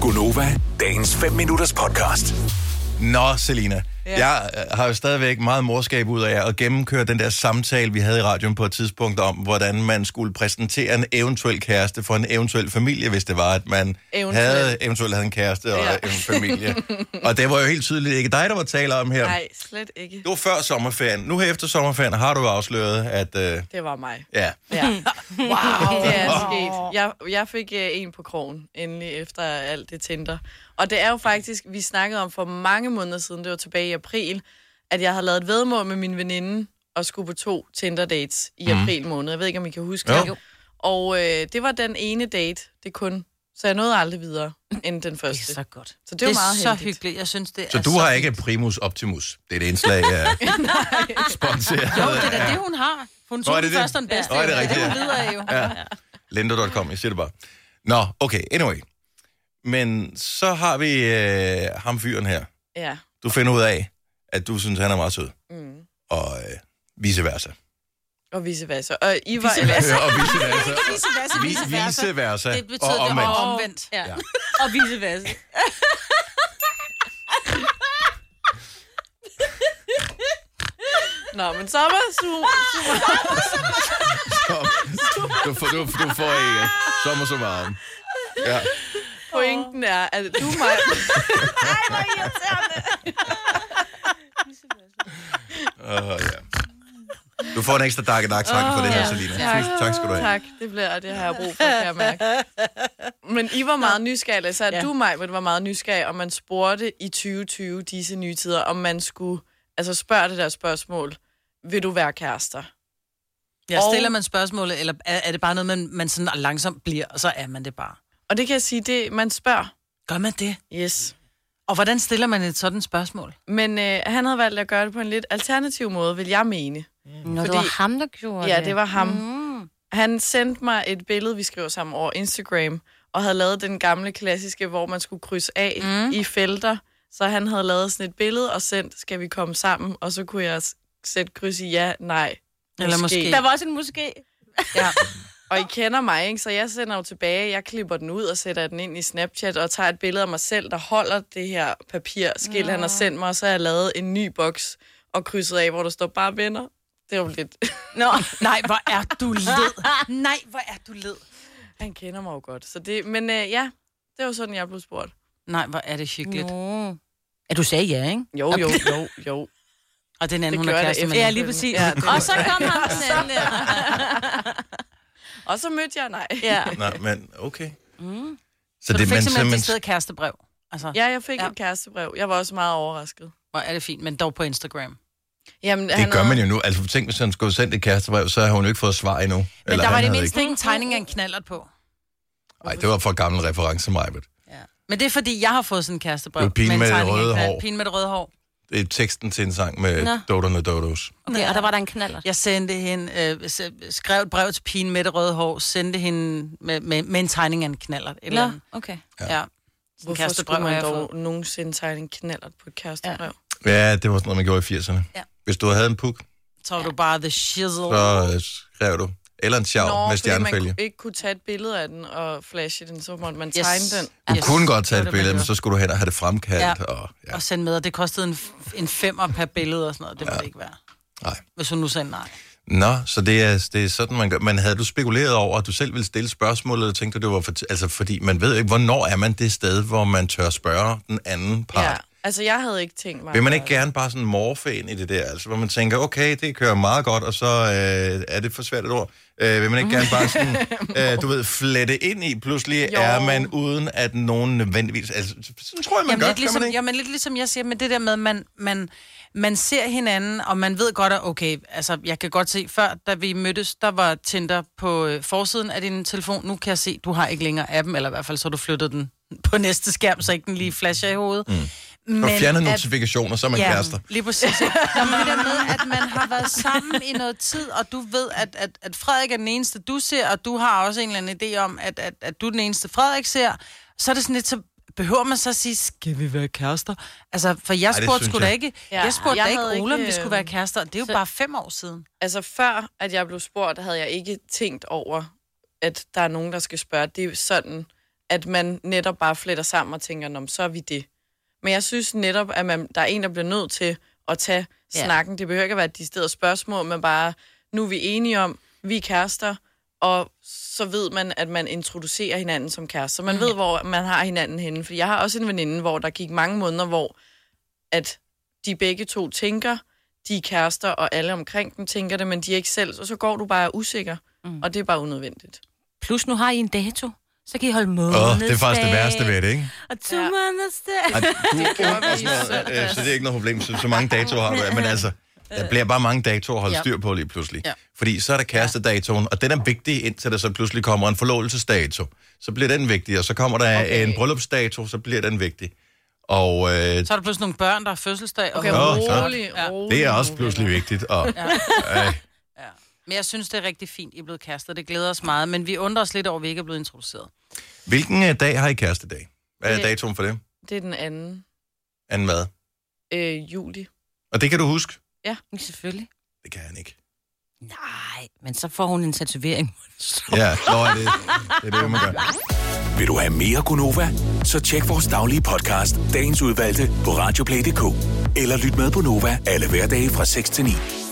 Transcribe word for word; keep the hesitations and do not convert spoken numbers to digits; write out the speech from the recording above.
Gunova, dagens fem minutters podcast. Nå, Selina. Ja. Jeg har jo stadigvæk meget morskab ud af at gennemkøre den der samtale, vi havde i radioen på et tidspunkt om, hvordan man skulle præsentere en eventuel kæreste for en eventuel familie, hvis det var, at man eventuelt havde, eventuelt havde en kæreste og ja. en familie. Og det var jo helt tydeligt ikke dig, der var taler om her. Nej, slet ikke. Det var før sommerferien. Nu her efter sommerferien har du afsløret, at... Uh... Det var mig. Ja. ja. Wow. Det er sket. Jeg, jeg fik uh, en på krogen, endelig efter alt det Tinder. Og det er jo faktisk, vi snakkede om for mange måneder siden, det var tilbage i april, at jeg havde lavet et væddemål med min veninde og skulle på to Tinder-dates i mm. april måned. Jeg ved ikke, om I kan huske det. Og øh, det var den ene date, det kun. Så jeg nåede aldrig videre end den første. Det er så godt. Så det, det var er meget så heldigt. hyggeligt. Jeg synes, det så er du så har hyggeligt. ikke primus optimus? Det er det indslag af sponsoreret. Jo, det er da det, hun har. Hun tog den første og den bedste. Nå, er det rigtigt? Det, hun lider af jo. Ja. Lendo punktum com, jeg siger det bare. Nå, okay, anyway. Men så har vi øh, ham fyren her. Ja. Du finder ud af, at du synes, han er meget sød. Mm. Og øh, vice versa. Og vice versa. Og I var... Vice versa. Og vice versa. Vice versa. Vice versa. Vice versa. Det betyder og omvendt. det omvendt. Ja. Ja. Og vice versa. Nå, men sommer, super, super. Du får, du, du får ikke sommer så varm. Ja. Pointen er, at du mig... Ej, hvor irriterende. Uh, ja. Du får en ekstra dark dark tak for det her, Selina. Tak. tak skal du have. Tak, det bliver det har jeg brug for, kan jeg mærke. Men I var meget nysgerrige, så at ja. du, mig, var meget nysgerrig, og man spurgte i tyve tyve, disse nye tider, om man skulle altså spørge det der spørgsmål, vil du være kærester? Ja, stiller man spørgsmålet, eller er, er det bare noget, man, man sådan langsomt bliver, og så er man det bare? Og det kan jeg sige, det man spørger. Gør man det? Yes. Og hvordan stiller man et sådan spørgsmål? Men øh, han havde valgt at gøre det på en lidt alternativ måde, vil jeg mene. Mm. Nå, Fordi, det var ham, der gjorde ja, det. Ja, det var ham. Mm. Han sendte mig et billede, vi skrev sammen over Instagram, og havde lavet den gamle klassiske, hvor man skulle krydse af mm. i felter. Så han havde lavet sådan et billede og sendt, skal vi komme sammen? Og så kunne jeg sætte kryds i ja, nej, måske. Eller måske. Der var også en måske. Ja. Og I kender mig, ikke? Så jeg sender jo tilbage, jeg klipper den ud og sætter den ind i Snapchat og tager et billede af mig selv, der holder det her papirskilt, ja. han har sendt mig, og så har jeg lavet en ny boks og krydset af, hvor der står bare venner. Det er jo lidt... Nå, nej, hvor er du led. Nej, hvor er du led. Han kender mig jo godt. Så det, men øh, ja, det var sådan, jeg blev spurgt. Nej, hvor er det hyggeligt. Nå. Ja, du sagde ja, ikke? Jo, jo, jo, jo. Og den anden, det hun er kæreste med. Ja, lige præcis. Ja, og så kom han den anden der. Og så mødte jeg, nej. Ja. Nej, men okay. Mm. Så, så det, du fik man, simpelthen et sted kærestebrev? Altså, ja, jeg fik ja. et kærestebrev. Jeg var også meget overrasket. Hvor er det fint, men dog på Instagram. Jamen, det gør havde... man jo nu. Altså tænk, hvis han skulle sende et kærestebrev, så har hun jo ikke fået svar endnu. Men Eller der var det mindst ikke... ikke en tegning af en knallert på. Nej, det var for gammel reference, Majbet. Ja. Men det er fordi, jeg har fået sådan en kærestebrev. Det var med, med det røde hår. Pine med det røde hår. Det er teksten til en sang med Doderne Dodos. Okay, og der var der en knallert. Jeg sendte hende, øh, skrev et brev til pigen med det røde hår, sendte hende med, med, med en tegning af en knallert. Eller Nå, okay. Ja. ja. Hvorfor skulle man dog nogensinde tegne en knallert på et kærestebrev? Ja. ja, det var sådan noget, man gjorde i firserne. Ja. Hvis du havde en puk, så var ja. du bare the shizzle. Så skrev du. Eller en sjov med stjernefælge. Man ikke kunne tage et billede af den og flashe den, så måtte man tegne yes. den. Du yes. kunne godt tage et billede, men så skulle du hen og have det fremkaldt. Ja. Og, ja. og sende med, og det kostede en, en femmer per billede og sådan noget. Det må ja. det ikke være. Nej. Hvis hun nu sagde nej. Nå, så det er, det er sådan, man gør. Men havde du spekuleret over, at du selv ville stille spørgsmålet, og tænkte, det var for, altså fordi man ved ikke, hvornår er man det sted, hvor man tør spørge den anden part? Ja. Altså, jeg havde ikke tænkt mig... Vil man ikke gerne bare sådan morfe ind i det der? Altså, hvor man tænker, okay, det kører meget godt, og så øh, er det for svært et ord. Øh, vil man ikke gerne bare sådan, øh, du ved, flette ind i? Pludselig jo. Er man uden, at nogen nødvendigvis... Altså, sådan tror jeg, man jamen, gør, lidt ligesom, man jamen, lidt ligesom jeg siger, med det der med, man, man, man ser hinanden, og man ved godt, at okay, altså, jeg kan godt se, før, da vi mødtes, der var Tinder på øh, forsiden af din telefon. Nu kan jeg se, du har ikke længere appen, eller i hvert fald så har du flyttet den på næste skærm, så ikke den lige flasher i hovedet. Mm. Men og fjerne notifikationer, så er man ja, kærester. Lige præcis. Nå, men det der med, at man har været sammen i noget tid, og du ved, at, at, at Frederik er den eneste, du ser, og du har også en eller anden idé om, at, at, at du er den eneste, Frederik ser, så er det sådan lidt, så behøver man så at sige, skal vi være kærester? Altså, for jeg Ej, spurgte sgu da ikke, ja, jeg spurgte jeg da ikke Ole, om vi skulle være kærester. Det er jo så, bare fem år siden. Altså, før at jeg blev spurgt, havde jeg ikke tænkt over, at der er nogen, der skal spørge. Det er jo sådan, at man netop bare fletter sammen og tænker, nå, så er vi det. Men jeg synes netop, at man, der er en, der bliver nødt til at tage ja. snakken. Det behøver ikke at være de steder spørgsmål, men bare, nu er vi enige om, vi er kærester, og så ved man, at man introducerer hinanden som kærester. Så man mm. ved, hvor man har hinanden henne. For jeg har også en veninde, hvor der gik mange måneder, hvor at de begge to tænker, de er kærester, og alle omkring dem tænker det, men de er ikke selv. Og så går du bare usikker, mm. og det er bare unødvendigt. Plus nu har I en dato. Så kan I holde månedsdag. Åh, det er faktisk det værste ved det, ikke? Og to ja. Ej, månedsdag. du, så det er ikke noget problem, så, så mange datoer har du. Men altså, der bliver bare mange datoer at holde styr på lige pludselig. Ja. Fordi så er der kærestedatoen, og den er vigtig, indtil der så pludselig kommer en forlovelsesdato. Så bliver den vigtig, og så kommer der okay. en bryllupsdato, så bliver den vigtig. Og, øh, så er der pludselig nogle børn, der har fødselsdag. Okay, og, rolig, ja. rolig. Det er også pludselig vigtigt. Og, ja. øh. ja. Men jeg synes, det er rigtig fint, I er blevet kærester. Det glæder os meget, men vi undrer os lidt over, at vi ikke er blevet introduceret. Hvilken dag har I kærestedag? Hvad er det, datoen for det? Det er den anden. Anden hvad? Øh, juli. Og det kan du huske? Ja, selvfølgelig. Det kan han ikke. Nej, men så får hun en tatovering. Ja, så er det, det er det, man gør. Vil du have mere Gunova? Så tjek vores daglige podcast, dagens udvalgte, på radioplay punktum d k. Eller lyt med på Nova alle hverdage fra seks til ni.